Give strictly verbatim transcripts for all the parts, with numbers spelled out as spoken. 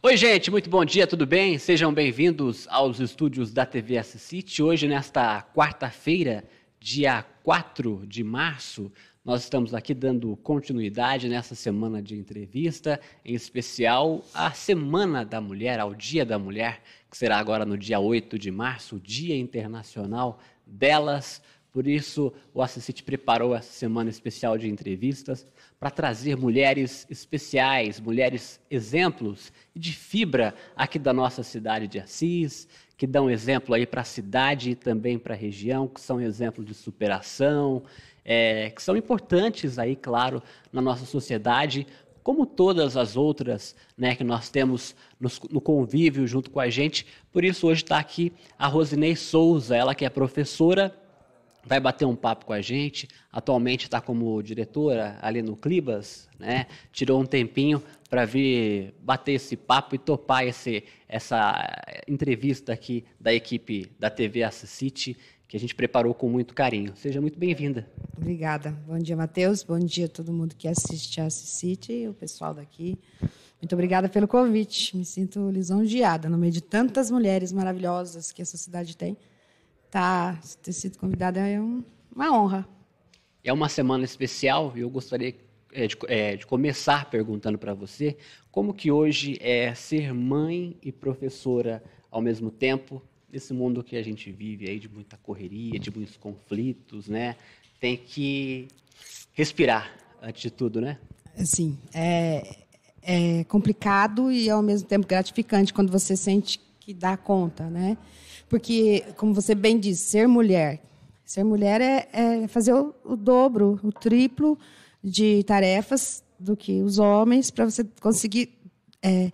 Oi, gente, muito bom dia, tudo bem? Sejam bem-vindos aos estúdios da T V AssiCity. Hoje, nesta quarta-feira, dia quatro de março, nós estamos aqui dando continuidade nessa semana de entrevista, em especial a Semana da Mulher, ao Dia da Mulher, que será agora no dia oito de março, o Dia Internacional delas. Por isso, o AssiCity preparou essa semana especial de entrevistas para trazer mulheres especiais, mulheres exemplos de fibra aqui da nossa cidade de Assis, que dão exemplo aí para a cidade e também para a região, que são exemplos de superação, é, que são importantes aí, claro, na nossa sociedade, como todas as outras, né, que nós temos no, no convívio junto com a gente. Por isso, hoje está aqui a Rosinei Souza, ela que é professora, vai bater um papo com a gente, atualmente está como diretora ali no Clibas, né? Tirou um tempinho para vir bater esse papo e topar esse, essa entrevista aqui da equipe da T V AssiCity, que a gente preparou com muito carinho. Seja muito bem-vinda. Obrigada. Bom dia, Matheus. Bom dia a todo mundo que assiste a AssiCity e o pessoal daqui. Muito obrigada pelo convite. Me sinto lisonjeada no meio de tantas mulheres maravilhosas que essa cidade tem. Tá, ter sido convidada é um, uma honra. É uma semana especial e eu gostaria é, de, é, de começar perguntando para você como que hoje é ser mãe e professora ao mesmo tempo, nesse mundo que a gente vive aí de muita correria, de muitos conflitos, né? Tem que respirar antes de tudo, né? Sim, é, é complicado e ao mesmo tempo gratificante quando você sente que dá conta, né? Porque, como você bem disse, ser mulher. Ser mulher é, é fazer o, o dobro, o triplo de tarefas do que os homens para você conseguir é,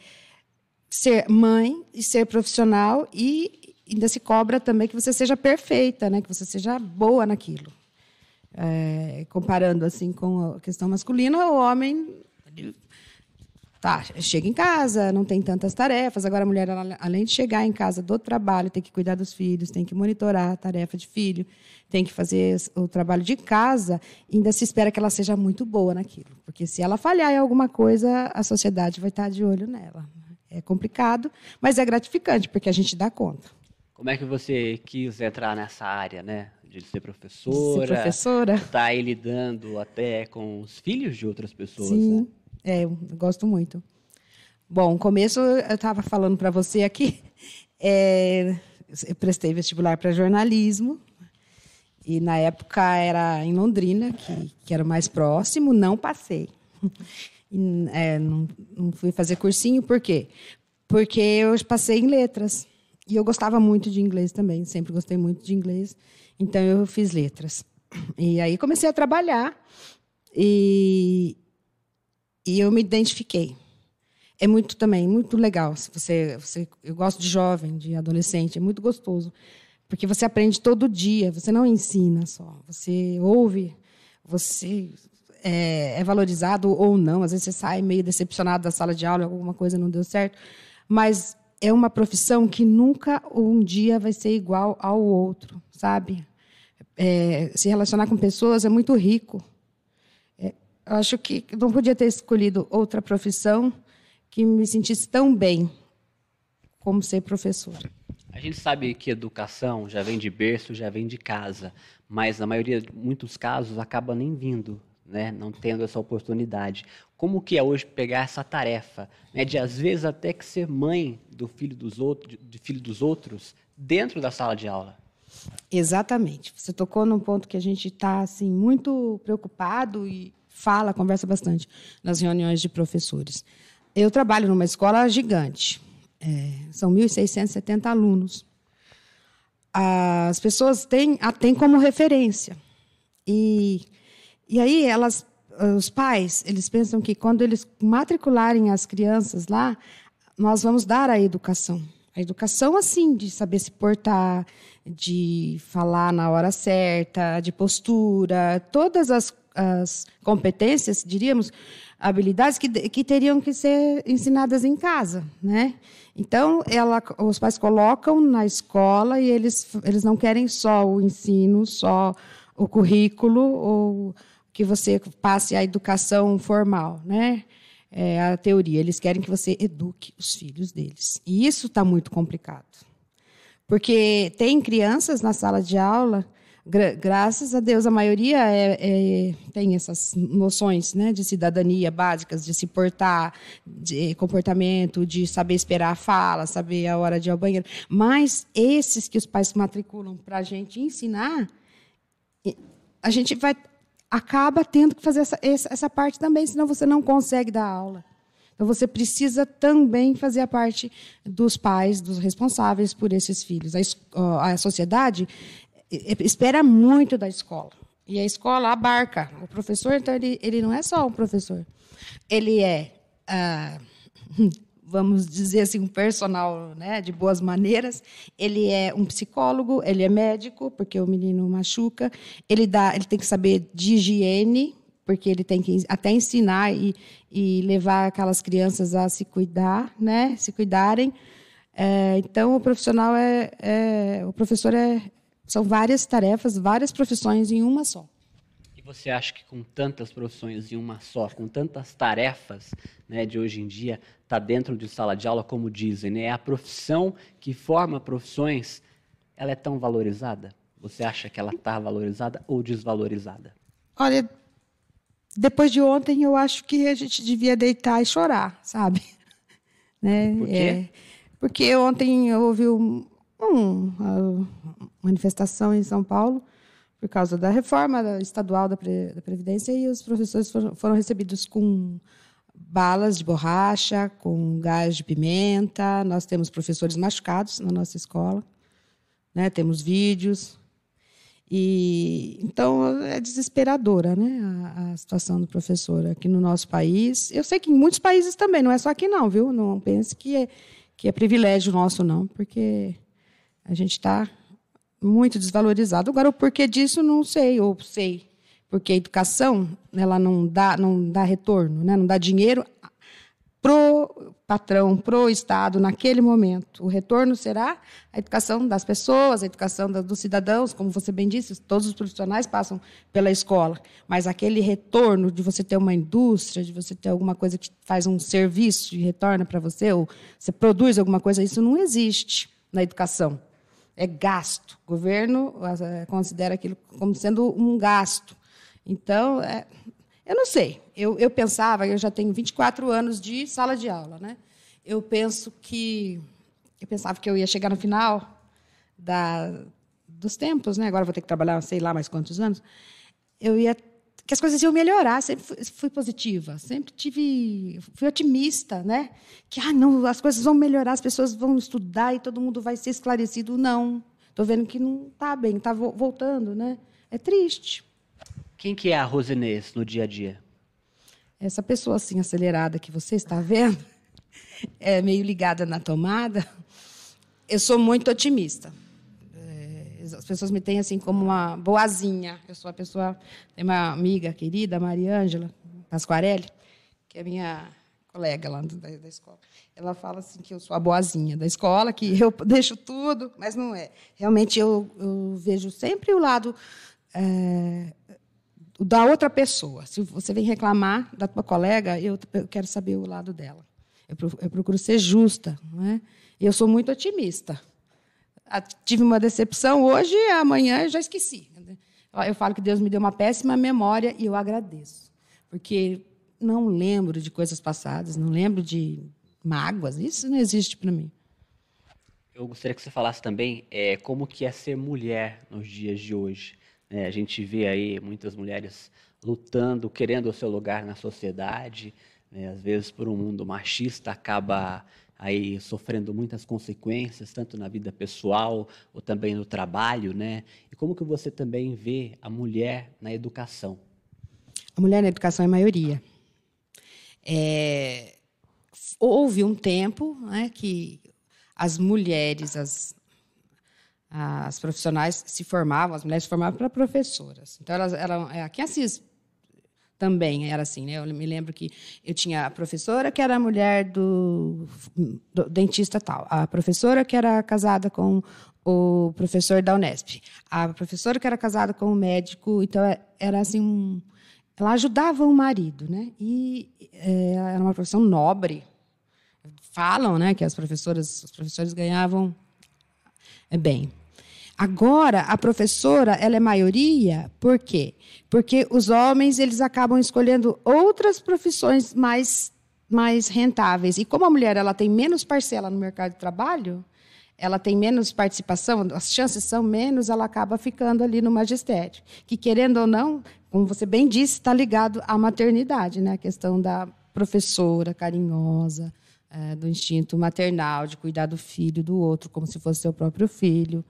ser mãe e ser profissional e ainda se cobra também que você seja perfeita, né? Que você seja boa naquilo. É, comparando assim com a questão masculina, o homem... Tá, chega em casa, não tem tantas tarefas. Agora, a mulher, ela, além de chegar em casa do trabalho, tem que cuidar dos filhos, tem que monitorar a tarefa de filho, tem que fazer o trabalho de casa, ainda se espera que ela seja muito boa naquilo. Porque se ela falhar em alguma coisa, a sociedade vai estar de olho nela. É complicado, mas é gratificante, porque a gente dá conta. Como é que você quis entrar nessa área, né? De ser professora? De ser professora. Está aí lidando até com os filhos de outras pessoas, Sim. né? É, eu gosto muito. Bom, no começo, eu estava falando para você aqui, é, eu prestei vestibular para jornalismo, e na época era em Londrina, que, que era o mais próximo, não passei. E, é, não, não fui fazer cursinho, por quê? Porque eu passei em letras, e eu gostava muito de inglês também, sempre gostei muito de inglês, então eu fiz letras. E aí comecei a trabalhar, e... E eu me identifiquei. É muito também, muito legal. Você, você, eu gosto de jovem, de adolescente, é muito gostoso. Porque você aprende todo dia, você não ensina só. Você ouve, você é, é valorizado ou não. Às vezes você sai meio decepcionado da sala de aula, alguma coisa não deu certo. Mas é uma profissão que nunca um dia vai ser igual ao outro, sabe? É, se relacionar com pessoas é muito rico. Eu acho que não podia ter escolhido outra profissão que me sentisse tão bem como ser professora. A gente sabe que educação já vem de berço, já vem de casa, mas na maioria de muitos casos acaba nem vindo, né? Não tendo essa oportunidade. Como que é hoje pegar essa tarefa, né? De às vezes até que ser mãe do filho dos outros, de filho dos outros dentro da sala de aula? Exatamente. Você tocou num ponto que a gente está assim muito preocupado e fala, conversa bastante nas reuniões de professores. Eu trabalho numa escola gigante. É, são mil seiscentos e setenta alunos. As pessoas têm, a têm como referência. E, e aí, elas, os pais, eles pensam que quando eles matricularem as crianças lá, nós vamos dar a educação. A educação, assim, de saber se portar, de falar na hora certa, de postura, todas as as competências, diríamos, habilidades que, que teriam que ser ensinadas em casa, né? Então, ela, os pais colocam na escola e eles, eles não querem só o ensino, só o currículo, ou que você passe a educação formal, né? é a teoria. Eles querem que você eduque os filhos deles. E isso está muito complicado. Porque tem crianças na sala de aula, gra graças a Deus, a maioria é, é, tem essas noções, né, de cidadania básicas, de se portar, de comportamento, de saber esperar a fala, saber a hora de ir ao banheiro. Mas esses que os pais matriculam para a gente ensinar, a gente vai, acaba tendo que fazer essa, essa parte também, senão você não consegue dar aula. Então, você precisa também fazer a parte dos pais, dos responsáveis por esses filhos. A, a sociedade espera muito da escola. E a escola abarca. O professor, então, ele, ele não é só um professor. Ele é, ah, vamos dizer assim, um personal, né, de boas maneiras. Ele é um psicólogo, ele é médico, porque o menino machuca. Ele, dá, ele tem que saber de higiene, porque ele tem que até ensinar e, e levar aquelas crianças a se cuidar, né, se cuidarem. É, então, o profissional é, é, o professor é, são várias tarefas, várias profissões em uma só. E você acha que com tantas profissões em uma só, com tantas tarefas, né, de hoje em dia, está dentro de sala de aula, como dizem, né, a profissão que forma profissões, ela é tão valorizada? Você acha que ela está valorizada ou desvalorizada? Olha, depois de ontem, eu acho que a gente devia deitar e chorar, sabe? Né? Por quê? É, porque ontem houve um, um, uma manifestação em São Paulo por causa da reforma estadual da, Pre, da Previdência e os professores foram, foram recebidos com balas de borracha, com gás de pimenta. Nós temos professores machucados na nossa escola, né? Temos vídeos. E, então, é desesperadora, né, a, a situação do professor aqui no nosso país. Eu sei que em muitos países também, não é só aqui não, viu? Não pense que é, que é privilégio nosso, não, porque a gente está muito desvalorizado. Agora, o porquê disso, não sei, ou sei. Porque a educação, ela não dá, não dá retorno, né, não dá dinheiro pro patrão, pro Estado, naquele momento. O retorno será a educação das pessoas, a educação dos cidadãos, como você bem disse, todos os profissionais passam pela escola, mas aquele retorno de você ter uma indústria, de você ter alguma coisa que faz um serviço e retorna para você, ou você produz alguma coisa, isso não existe na educação. É gasto. O governo considera aquilo como sendo um gasto. Então, é... eu não sei. Eu, eu pensava, eu já tenho vinte e quatro anos de sala de aula, né? Eu penso que eu pensava que eu ia chegar no final da, dos tempos, né? Agora vou ter que trabalhar, sei lá, mais quantos anos. Eu ia que as coisas iam melhorar. Sempre fui, fui positiva, sempre tive, fui otimista, né? Que ah, não, as coisas vão melhorar, as pessoas vão estudar e todo mundo vai ser esclarecido. Não, estou vendo que não está bem, está voltando, né? É triste. Quem que é a Rosinês no dia a dia? Essa pessoa assim acelerada que você está vendo, é meio ligada na tomada. Eu sou muito otimista. É, as pessoas me têm assim como uma boazinha. Eu sou a pessoa, tem uma amiga querida, Mariângela Pasquarelli, que é minha colega lá da, da escola. Ela fala assim que eu sou a boazinha da escola, que eu deixo tudo, mas não é. Realmente eu, eu vejo sempre o lado é, da outra pessoa. Se você vem reclamar da tua colega, eu, eu quero saber o lado dela. Eu, eu procuro ser justa, não é? E eu sou muito otimista. Tive uma decepção hoje, amanhã eu já esqueci. Eu falo que Deus me deu uma péssima memória e eu agradeço, porque não lembro de coisas passadas, não lembro de mágoas. Isso não existe para mim. Eu gostaria que você falasse também é, como que é ser mulher nos dias de hoje. É, a gente vê aí muitas mulheres lutando, querendo o seu lugar na sociedade, né? Às vezes por um mundo machista acaba aí sofrendo muitas consequências, tanto na vida pessoal ou também no trabalho, né? E como que você também vê a mulher na educação? A mulher na educação é a maioria. É, houve um tempo, né, que as mulheres, as As profissionais se formavam, as mulheres se formavam para professoras. Então, elas eram... Aqui em Assis também era assim, né? Eu me lembro que eu tinha a professora que era a mulher do, do dentista tal, a professora que era casada com o professor da Unesp, a professora que era casada com o médico. Então, era assim um, ela ajudava o marido, né? E é, era uma profissão nobre. Falam, né, que as professoras, os professores ganhavam bem. Agora, a professora, ela é maioria, por quê? Porque os homens, eles acabam escolhendo outras profissões mais, mais rentáveis. E como a mulher, ela tem menos parcela no mercado de trabalho, ela tem menos participação, as chances são menos, ela acaba ficando ali no magistério. Que, querendo ou não, como você bem disse, está ligado à maternidade, né? A questão da professora carinhosa, é, do instinto maternal, de cuidar do filho do outro, como se fosse seu próprio filho.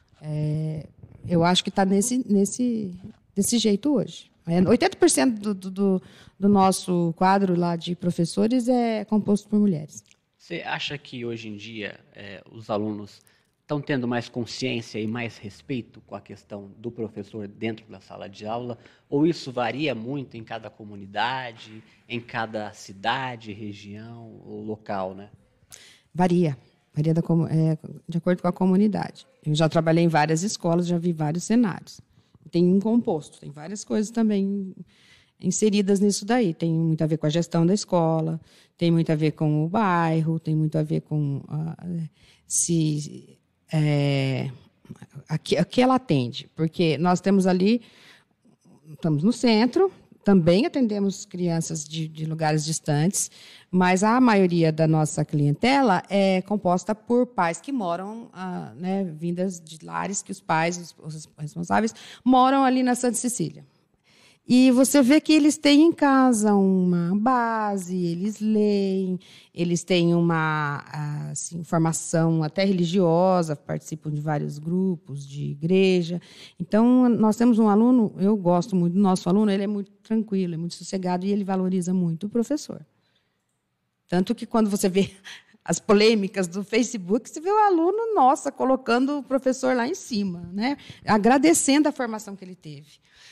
É, eu acho que está nesse, nesse, desse jeito hoje. oitenta por cento do, do, do nosso quadro lá de professores é composto por mulheres. Você acha que, hoje em dia, é, os alunos estão tendo mais consciência e mais respeito com a questão do professor dentro da sala de aula? Ou isso varia muito em cada comunidade, em cada cidade, região ou local, né? Varia. Varia da, é, de acordo com a comunidade. Eu já trabalhei em várias escolas, já vi vários cenários. Tem um composto, tem várias coisas também inseridas nisso daí. Tem muito a ver com a gestão da escola, tem muito a ver com o bairro, tem muito a ver com uh, se, é, a, que, a que ela atende. Porque nós temos ali, estamos no centro, também atendemos crianças de, de lugares distantes, mas a maioria da nossa clientela é composta por pais que moram, ah, né, vindas de lares que os pais, os, os responsáveis, moram ali na Santa Cecília. E você vê que eles têm em casa uma base, eles leem, eles têm uma assim, formação até religiosa, participam de vários grupos de igreja. Então, nós temos um aluno, eu gosto muito do nosso aluno, ele é muito tranquilo, é muito sossegado e ele valoriza muito o professor. Tanto que quando você vê as polêmicas do Facebook, você vê o aluno, nossa, colocando o professor lá em cima, né? Agradecendo a formação que ele teve.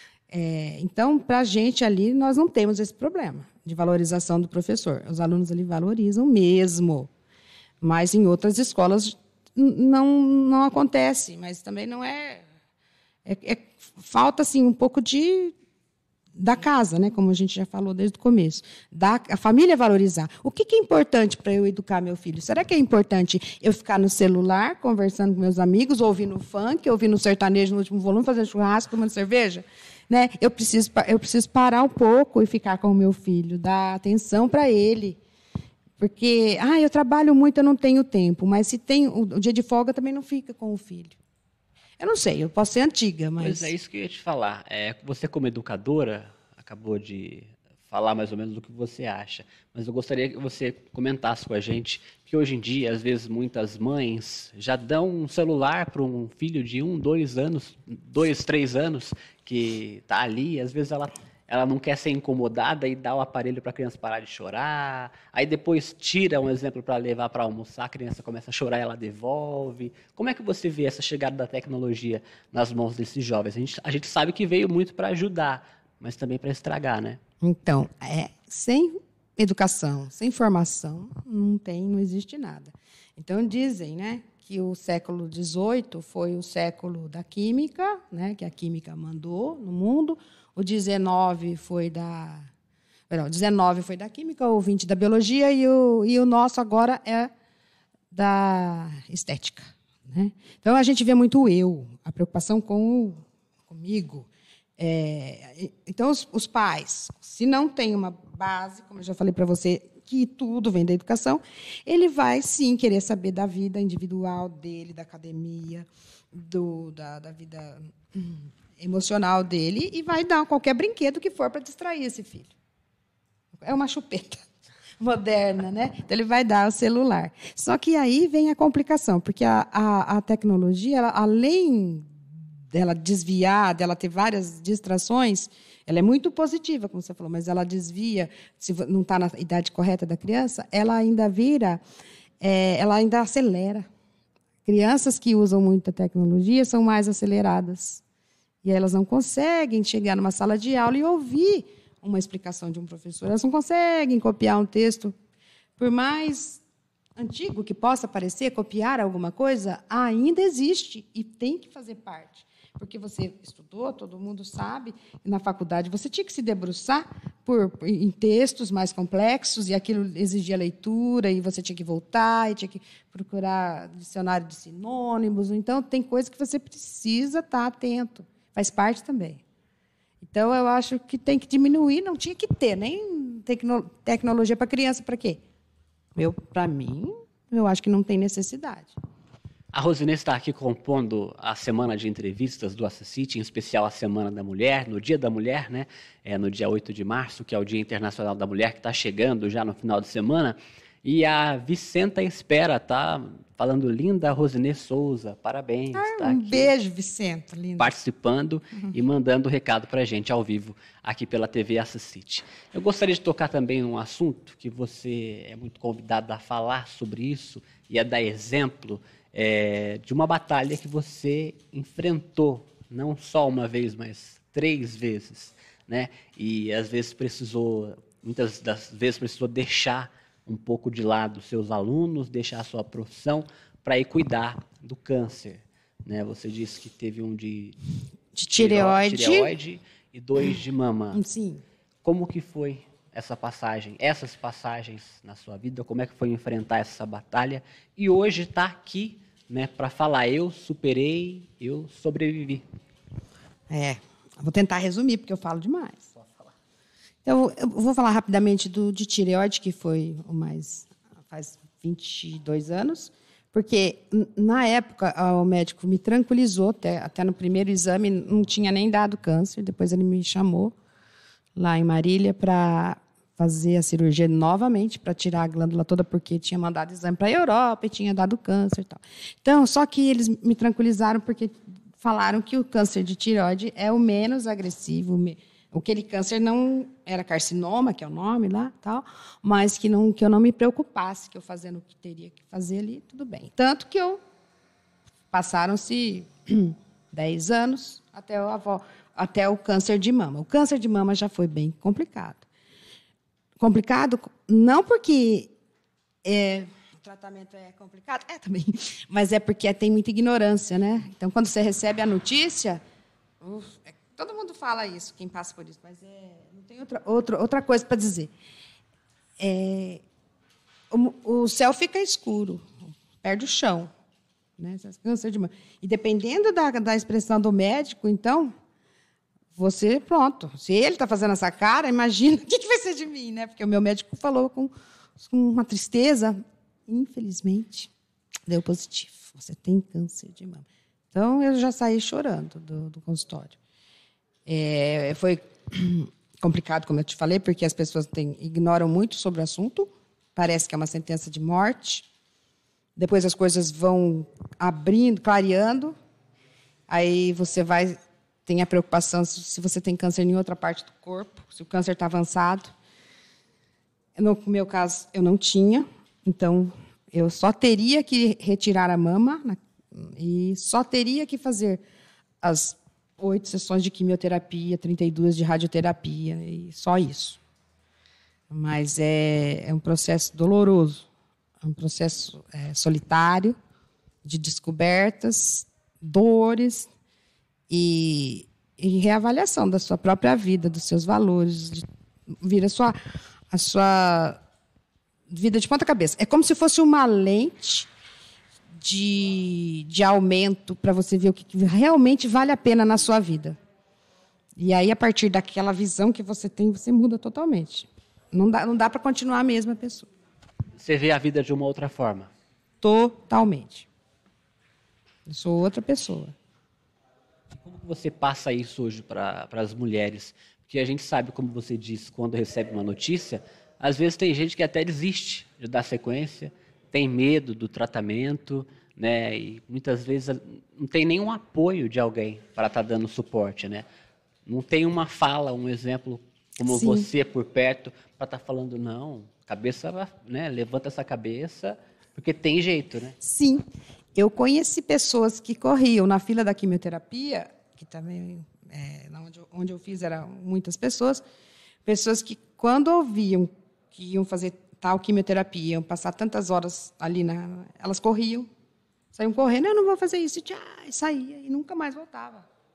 É, então, para a gente ali, nós não temos esse problema de valorização do professor. Os alunos ali valorizam mesmo, mas em outras escolas não, não acontece, mas também não é... é, é falta assim, um pouco de, da casa, né, como a gente já falou desde o começo, da, a família valorizar. O que, que é importante para eu educar meu filho? Será que é importante eu ficar no celular, conversando com meus amigos, ouvindo funk, ouvindo sertanejo no último volume, fazendo churrasco, tomando cerveja? Né? Eu preciso, eu preciso parar um pouco e ficar com o meu filho, dar atenção para ele. Porque, ah, eu trabalho muito, eu não tenho tempo, mas se tem o, o dia de folga, também não fica com o filho. Eu não sei, eu posso ser antiga, mas... Pois é, isso que eu ia te falar. É, você, como educadora, acabou de falar mais ou menos do que você acha, mas eu gostaria que você comentasse com a gente que, hoje em dia, às vezes, muitas mães já dão um celular para um filho de um, dois anos, dois, três anos, que está ali, às vezes ela, ela não quer ser incomodada e dá o aparelho para a criança parar de chorar, aí depois tira um exemplo para levar para almoçar, a criança começa a chorar e ela devolve. Como é que você vê essa chegada da tecnologia nas mãos desses jovens? A gente, a gente sabe que veio muito para ajudar, mas também para estragar, né? Então, é, sem educação, sem formação, não tem, não existe nada. Então, dizem, né, que o século dezoito foi o século da química, né, que a química mandou no mundo, o dezenove foi da... Não, dezenove foi da química, o vinte da biologia, e o, e o nosso agora é da estética. Né? Então, a gente vê muito o eu, a preocupação com o, comigo. É, então, os, os pais, se não tem uma base, como eu já falei para você, que tudo vem da educação, ele vai, sim, querer saber da vida individual dele, da academia, do, da, da vida hum, emocional dele, e vai dar qualquer brinquedo que for para distrair esse filho. É uma chupeta moderna, né? Então, ele vai dar o celular. Só que aí vem a complicação, porque a, a, a tecnologia, ela, além dela desviar, dela ter várias distrações, ela é muito positiva, como você falou, mas ela desvia, se não está na idade correta da criança, ela ainda vira, é, ela ainda acelera. Crianças que usam muita tecnologia são mais aceleradas. E elas não conseguem chegar numa sala de aula e ouvir uma explicação de um professor. Elas não conseguem copiar um texto. Por mais antigo que possa parecer, copiar alguma coisa, ainda existe e tem que fazer parte. porque você estudou, todo mundo sabe, e na faculdade você tinha que se debruçar por, por, em textos mais complexos, e aquilo exigia leitura, e você tinha que voltar, e tinha que procurar dicionário de sinônimos. Então, tem coisa que você precisa estar atento. Faz parte também. Então, eu acho que tem que diminuir, não tinha que ter, nem tecno, tecnologia para criança, para quê? Para mim, eu acho que não tem necessidade. A Rosinê está aqui compondo a semana de entrevistas do Assisite, em especial a Semana da Mulher, no Dia da Mulher, né? É, no dia oito de março, que é o Dia Internacional da Mulher, que está chegando já no final de semana. E a Vicenta Espera está falando, linda Rosinê Souza, parabéns. Ah, tá um aqui beijo, Vicenta, linda. Participando uhum. e mandando recado para a gente ao vivo aqui pela T V Assisite. Eu gostaria de tocar também num assunto que você é muito convidado a falar sobre isso e a dar exemplo é, de uma batalha que você enfrentou, não só uma vez, mas três vezes, né? E às vezes precisou, muitas das vezes precisou deixar um pouco de lado seus alunos, deixar a sua profissão para ir cuidar do câncer. Né? Você disse que teve um de, de tireoide. tireoide e dois de mama. Sim. Como que foi essa passagem, essas passagens na sua vida? Como é que foi enfrentar essa batalha? E hoje está aqui, né, para falar, eu superei, eu sobrevivi. É, vou tentar resumir, porque eu falo demais. Então, eu vou falar rapidamente do de tireoide, que foi o mais faz vinte e dois anos, porque na época o médico me tranquilizou, até, até no primeiro exame não tinha nem dado câncer, depois ele me chamou lá em Marília para fazer a cirurgia novamente, para tirar a glândula toda, porque tinha mandado exame para a Europa e tinha dado câncer e tal. Então, só que eles me tranquilizaram porque falaram que o câncer de tireoide é o menos agressivo, aquele câncer não era carcinoma, que é o nome lá, tal, mas que, não, que eu não me preocupasse, que eu fazendo o que teria que fazer ali, tudo bem. Tanto que eu passaram-se dez anos até o, avó, até o câncer de mama. O câncer de mama já foi bem complicado. Complicado não porque é, o tratamento é complicado, é também, mas é porque tem muita ignorância, né? Então, quando você recebe a notícia, uf, é, todo mundo fala isso, quem passa por isso, mas é, não tem outra, outra, outra coisa para dizer. É, o, o céu fica escuro, perde o chão. Né? Câncer de mama. E dependendo da, da expressão do médico, então, você, pronto. Se ele está fazendo essa cara, imagina o que, que vai ser de mim, né? Porque o meu médico falou com, com uma tristeza, infelizmente, deu positivo. Você tem câncer de mama. Então, eu já saí chorando do, do consultório. É, foi complicado, como eu te falei, porque as pessoas têm, ignoram muito sobre o assunto. Parece que é uma sentença de morte. Depois as coisas vão abrindo, clareando. Aí você vai... Tem a preocupação se você tem câncer em outra parte do corpo, se o câncer está avançado. No meu caso, eu não tinha. Então, eu só teria que retirar a mama e só teria que fazer as oito sessões de quimioterapia, trinta e duas de radioterapia, e só isso. Mas é, é um processo doloroso, é um processo é, solitário, de descobertas, dores e, e reavaliação da sua própria vida, dos seus valores, de vir a sua, a sua vida de ponta cabeça. É como se fosse uma lente de, de aumento para você ver o que realmente vale a pena na sua vida. E aí, a partir daquela visão que você tem, você muda totalmente. Não dá, não dá para continuar a mesma pessoa. Você vê a vida de uma outra forma? Totalmente. Eu sou outra pessoa. Como que você passa isso hoje para as mulheres? Porque a gente sabe, como você disse, quando recebe uma notícia, às vezes tem gente que até desiste de dar sequência, tem medo do tratamento, né? E muitas vezes não tem nenhum apoio de alguém para estar tá dando suporte, né? Não tem uma fala, um exemplo como Sim. você por perto para estar tá falando, não, cabeça, né? Levanta essa cabeça, porque tem jeito, né? Sim. Eu conheci pessoas que corriam na fila da quimioterapia, que também, é, onde, eu, onde eu fiz, eram muitas pessoas, pessoas que, quando ouviam que iam fazer tal quimioterapia, iam passar tantas horas ali, na, elas corriam, saíam correndo, eu não vou fazer isso, e, tchá, e saía, e nunca mais voltava.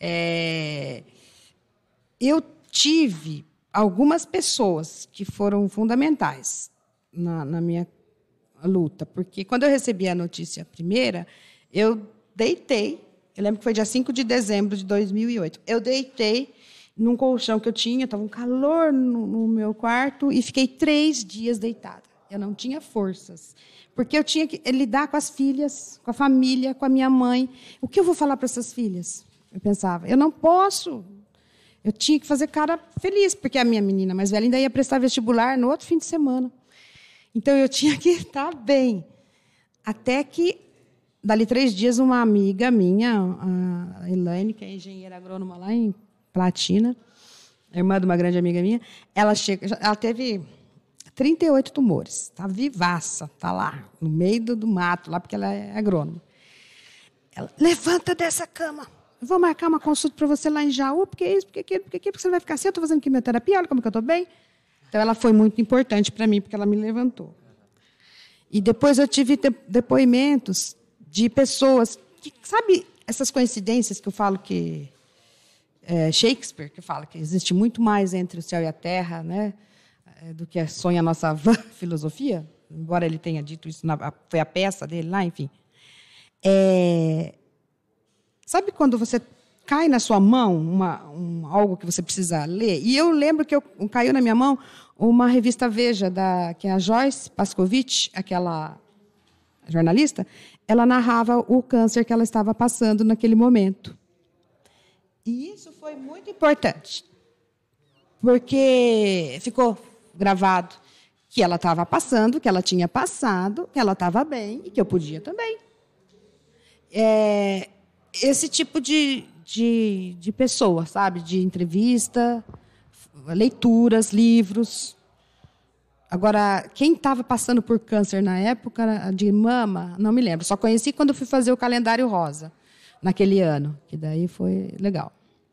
É, eu tive algumas pessoas que foram fundamentais na, na minha luta, porque quando eu recebi a notícia primeira, eu deitei, eu lembro que foi dia cinco de dezembro de dois mil e oito, eu deitei num colchão que eu tinha, estava um calor no, no meu quarto, e fiquei três dias deitada. Eu não tinha forças, porque eu tinha que lidar com as filhas, com a família, com a minha mãe. O que eu vou falar para essas filhas? Eu pensava, eu não posso. Eu tinha que fazer cara feliz, porque a minha menina mais velha ainda ia prestar vestibular no outro fim de semana. Então, eu tinha que estar bem. Até que, dali três dias, uma amiga minha, a Elaine, que é engenheira agrônoma lá em Platina, irmã de uma grande amiga minha, ela, chega, ela teve trinta e oito tumores, está vivaça, está lá, no meio do, do mato, lá porque ela é agrônoma. Ela, levanta dessa cama, eu vou marcar uma consulta para você lá em Jaú, porque isso, porque aquilo, porque aquilo, porque você vai ficar assim, eu estou fazendo quimioterapia, olha como que eu estou bem. Então, ela foi muito importante para mim, porque ela me levantou. E depois eu tive depoimentos de pessoas que, sabe, essas coincidências que eu falo que é, Shakespeare, que fala que existe muito mais entre o céu e a terra, né, do que sonha a nossa vã filosofia, embora ele tenha dito isso, na, foi a peça dele lá, enfim. É, sabe quando você cai na sua mão uma, um, algo que você precisa ler? E eu lembro que eu, caiu na minha mão uma revista Veja, da, que é a Joyce Pascovitch, aquela jornalista, ela narrava o câncer que ela estava passando naquele momento. E isso foi muito importante, porque ficou gravado que ela estava passando, que ela tinha passado, que ela estava bem e que eu podia também. É, esse tipo de, de, de pessoa, sabe? De entrevista, leituras, livros. Agora, quem estava passando por câncer na época de mama, não me lembro. Só conheci quando fui fazer o calendário rosa, naquele ano, que daí foi legal.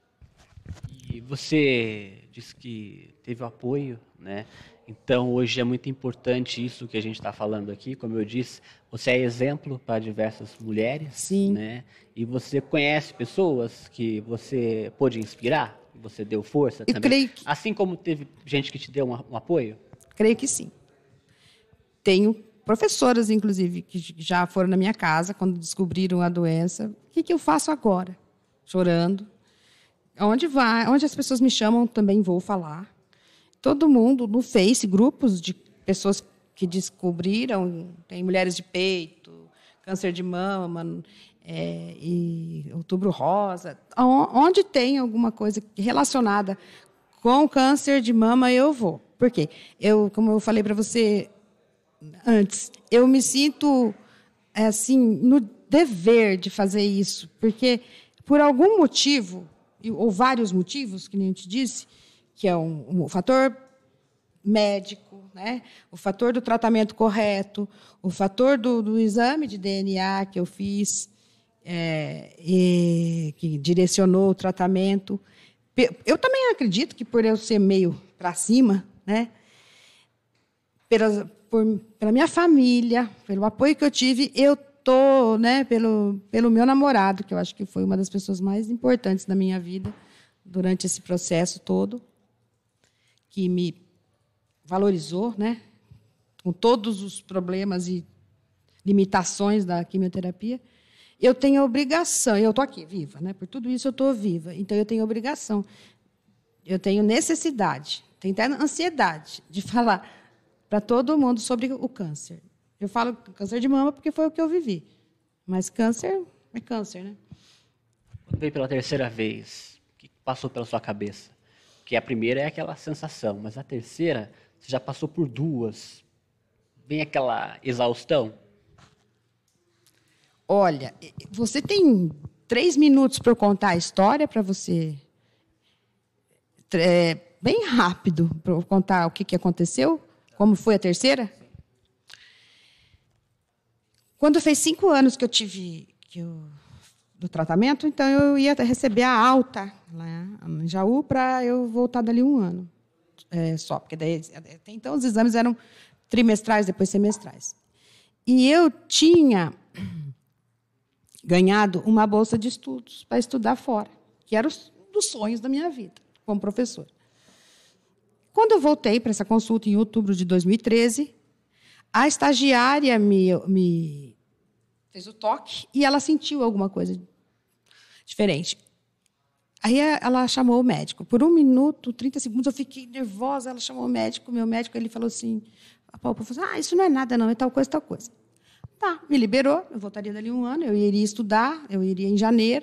E você disse que teve o apoio, né? Então, hoje é muito importante isso que a gente está falando aqui. Como eu disse, você é exemplo para diversas mulheres. Sim. Né? E você conhece pessoas que você pôde inspirar, que você deu força eu também. Creio que... Assim como teve gente que te deu um, um apoio? Creio que sim. Tenho professoras, inclusive, que já foram na minha casa quando descobriram a doença. O que, que eu faço agora? Chorando. Onde vai, onde as pessoas me chamam, também vou falar. Todo mundo no Face, grupos de pessoas que descobriram, tem mulheres de peito, câncer de mama, é, e outubro rosa. Onde tem alguma coisa relacionada com câncer de mama, eu vou. Por quê? Eu, como eu falei para você antes, eu me sinto assim, no dever de fazer isso, porque, por algum motivo, ou vários motivos, que nem eu te disse, que é um, um fator médico, né? O fator do tratamento correto, o fator do, do exame de D N A que eu fiz, é, e, que direcionou o tratamento. Eu também acredito que, por eu ser meio para cima, né? Pela, por, pela minha família, pelo apoio que eu tive, eu estou, né, pelo, pelo meu namorado, que eu acho que foi uma das pessoas mais importantes da minha vida durante esse processo todo, que me valorizou, né, com todos os problemas e limitações da quimioterapia. Eu tenho a obrigação, eu estou aqui, viva, né, por tudo isso eu estou viva, então eu tenho obrigação, eu tenho necessidade, tenho até ansiedade de falar para todo mundo sobre o câncer. Eu falo câncer de mama porque foi o que eu vivi, mas câncer é câncer, né? Quando veio pela terceira vez, o que passou pela sua cabeça? Porque a primeira é aquela sensação, mas a terceira, você já passou por duas. Vem aquela exaustão? Olha, você tem três minutos para eu contar a história para você? É, bem rápido para eu contar o que, que aconteceu? Como foi a terceira? Quando fez cinco anos que eu tive que eu, do tratamento, então eu ia receber a alta lá em Jaú para eu voltar dali um ano é, só, porque daí, até então os exames eram trimestrais, depois semestrais. E eu tinha ganhado uma bolsa de estudos para estudar fora, que era um dos sonhos da minha vida, como professora. Quando eu voltei para essa consulta, em outubro de dois mil e treze, a estagiária me, me fez o toque e ela sentiu alguma coisa diferente. Aí ela chamou o médico. Por um minuto, trinta segundos, eu fiquei nervosa. Ela chamou o médico. Meu médico, ele falou assim, o professor, ah, isso não é nada, não, é tal coisa, tal coisa. Tá, me liberou, eu voltaria dali um ano, eu iria estudar, eu iria em janeiro.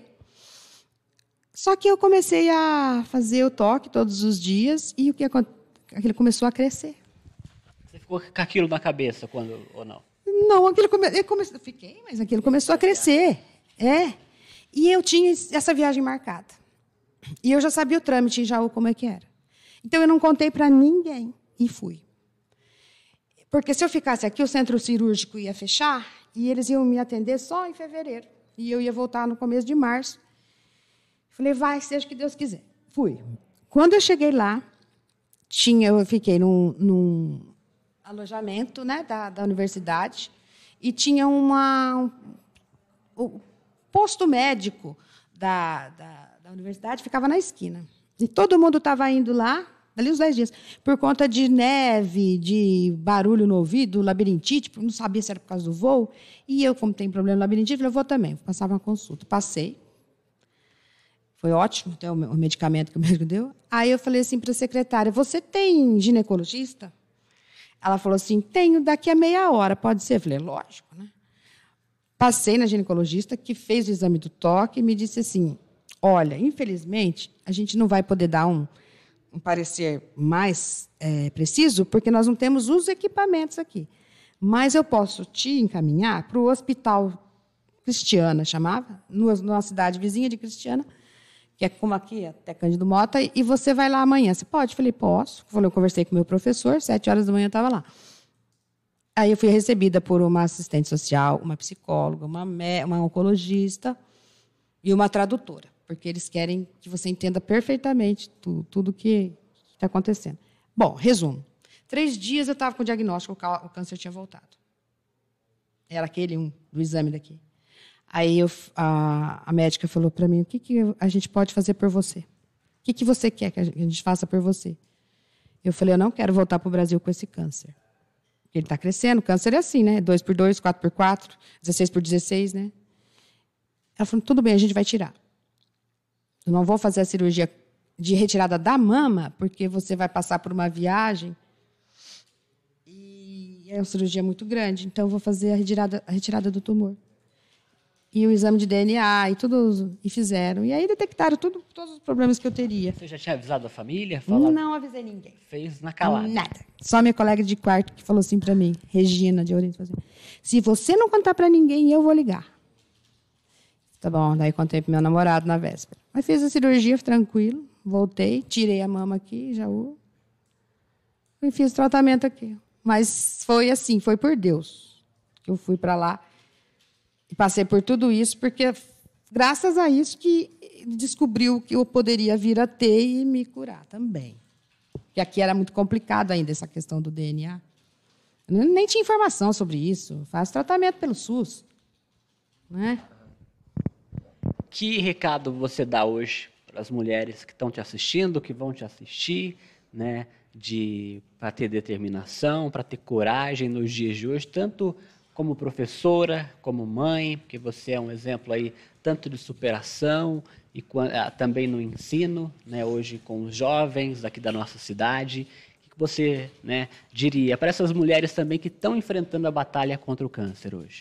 Só que eu comecei a fazer o toque todos os dias e o que aquilo começou a crescer. Você ficou com aquilo na cabeça quando ou não? Não, aquilo come... eu comecei, fiquei, mas aquilo começou a crescer. É. E eu tinha essa viagem marcada. E eu já sabia o trâmite em Jaú como é que era. Então eu não contei para ninguém e fui. Porque se eu ficasse aqui, o centro cirúrgico ia fechar e eles iam me atender só em fevereiro. E eu ia voltar no começo de março. Falei, vai, seja o que Deus quiser. Fui. Quando eu cheguei lá, tinha, eu fiquei num, num alojamento, né, da, da universidade e tinha uma, um, o posto médico da, da, da universidade ficava na esquina. E todo mundo estava indo lá, ali os dez dias, por conta de neve, de barulho no ouvido, labirintite, não sabia se era por causa do voo. E eu, como tenho problema de labirintite, falei, eu vou também, vou passar uma consulta. Passei. Foi ótimo, até o medicamento que o médico deu. Aí eu falei assim para a secretária, você tem ginecologista? Ela falou assim, tenho daqui a meia hora, pode ser? Eu falei, lógico, né? Passei na ginecologista, que fez o exame do toque e me disse assim, olha, infelizmente, a gente não vai poder dar um, um parecer mais é, preciso, porque nós não temos os equipamentos aqui. Mas eu posso te encaminhar para o Hospital Cristiana, chamava, numa cidade vizinha de Cristiana, que é como aqui, até Cândido Mota, e você vai lá amanhã. Você pode? Eu falei, posso. Eu conversei com o meu professor, sete horas da manhã eu estava lá. Aí eu fui recebida por uma assistente social, uma psicóloga, uma, uma oncologista e uma tradutora, porque eles querem que você entenda perfeitamente tudo, tudo que está acontecendo. Bom, resumo. Três dias eu estava com o diagnóstico, o câncer tinha voltado. Era aquele um, do exame daqui. Aí eu, a, a médica falou para mim, o que, que a gente pode fazer por você? O que, que você quer que a gente faça por você? Eu falei, eu não quero voltar para o Brasil com esse câncer. Ele está crescendo, o câncer é assim, né? dois por dois, quatro por quatro, dezesseis por dezesseis, né? Ela falou, tudo bem, a gente vai tirar. Eu não vou fazer a cirurgia de retirada da mama, porque você vai passar por uma viagem e é uma cirurgia muito grande, então eu vou fazer a retirada, a retirada do tumor. E o exame de D N A e tudo, e fizeram. E aí detectaram tudo, todos os problemas que eu teria. Você já tinha avisado a família? Falado... Não avisei ninguém. Fez na calada? Nada. Só minha colega de quarto que falou assim para mim, Regina de Ourense, assim, se você não contar para ninguém, eu vou ligar. Tá bom, daí contei pro meu namorado na véspera. Mas fiz a cirurgia, tranquilo, voltei, tirei a mama aqui, já o... e fiz o tratamento aqui. Mas foi assim, foi por Deus que eu fui para lá. E passei por tudo isso, porque graças a isso que ele descobriu que eu poderia vir a ter e me curar também. Porque aqui era muito complicado ainda essa questão do D N A. Eu nem tinha informação sobre isso. Faço tratamento pelo SUS. Né? Que recado você dá hoje para as mulheres que estão te assistindo, que vão te assistir, né, de, para ter determinação, para ter coragem nos dias de hoje, tanto como professora, como mãe, porque você é um exemplo aí tanto de superação e também no ensino, né, hoje com os jovens aqui da nossa cidade. O que você, né, diria para essas mulheres também que estão enfrentando a batalha contra o câncer hoje?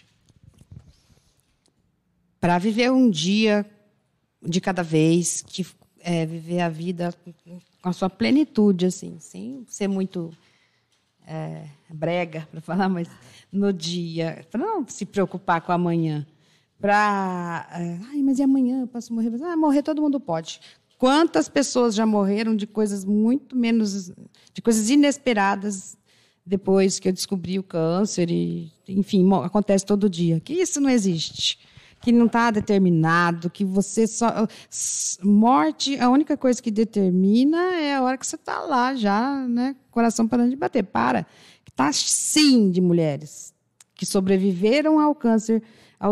Para viver um dia de cada vez, que é, viver a vida com a sua plenitude, assim, sem ser muito... É, brega, para falar, mas no dia, para não se preocupar com amanhã, para, é, ai, mas e amanhã eu posso morrer? Ah, morrer todo mundo pode. Quantas pessoas já morreram de coisas muito menos, de coisas inesperadas depois que eu descobri o câncer e, enfim, acontece todo dia. Que isso não existe, que não está determinado, que você só... Morte, a única coisa que determina é a hora que você está lá já, né, coração parando de bater. Para, que está sim de mulheres que sobreviveram ao câncer aos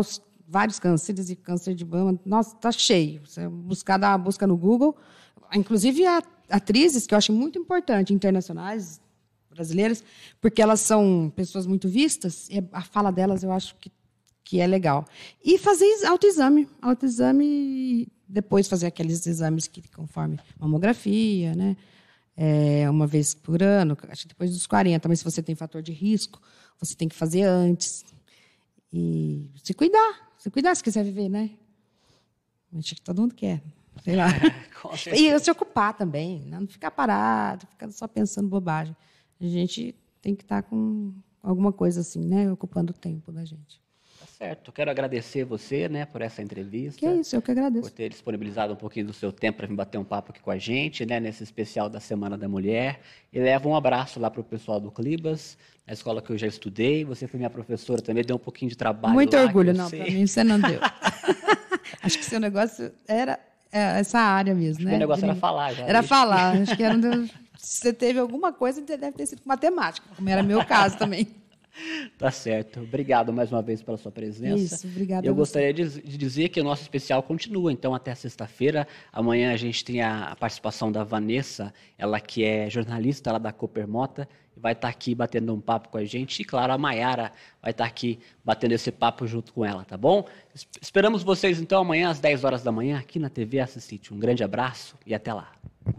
vários cânceres e câncer de mama. Nossa, tá cheio. Você buscar, dar uma busca no Google. Inclusive, a, atrizes, que eu acho muito importante, internacionais, brasileiras, porque elas são pessoas muito vistas, e a fala delas eu acho que, que é legal. E fazer autoexame. Autoexame e depois fazer aqueles exames que conforme mamografia, né? É, uma vez por ano, acho que depois dos quarenta, mas se você tem fator de risco, você tem que fazer antes. E se cuidar, se cuidar, se quiser viver, né? Acho que todo mundo quer, sei lá. E se ocupar também, né? Não ficar parado, ficar só pensando bobagem. A gente tem que estar com alguma coisa assim, né? Ocupando o tempo da gente. Tá certo. Quero agradecer você, né, por essa entrevista. Que é isso, eu que agradeço. Por ter disponibilizado um pouquinho do seu tempo para vir bater um papo aqui com a gente, né, nesse especial da Semana da Mulher. E levo um abraço lá para o pessoal do Clibas, na escola que eu já estudei. Você foi minha professora também, deu um pouquinho de trabalho Muito lá. Muito orgulho, não, para mim você não deu. Acho que seu negócio era essa área mesmo, Acho né? que o negócio era falar. Já era isso. falar, acho que era... Um... Se você teve alguma coisa, deve ter sido com matemática, como era meu caso também. Tá certo. Obrigado mais uma vez pela sua presença. Isso, obrigada. Eu gostaria de, de dizer que o nosso especial continua, então, até sexta-feira. Amanhã a gente tem a, a participação da Vanessa, ela que é jornalista lá da Cooper Mota, e vai estar aqui batendo um papo com a gente. E, claro, a Maiara vai estar aqui batendo esse papo junto com ela, tá bom? Esperamos vocês, então, amanhã às dez horas da manhã, aqui na T V Assisite. Um grande abraço e até lá.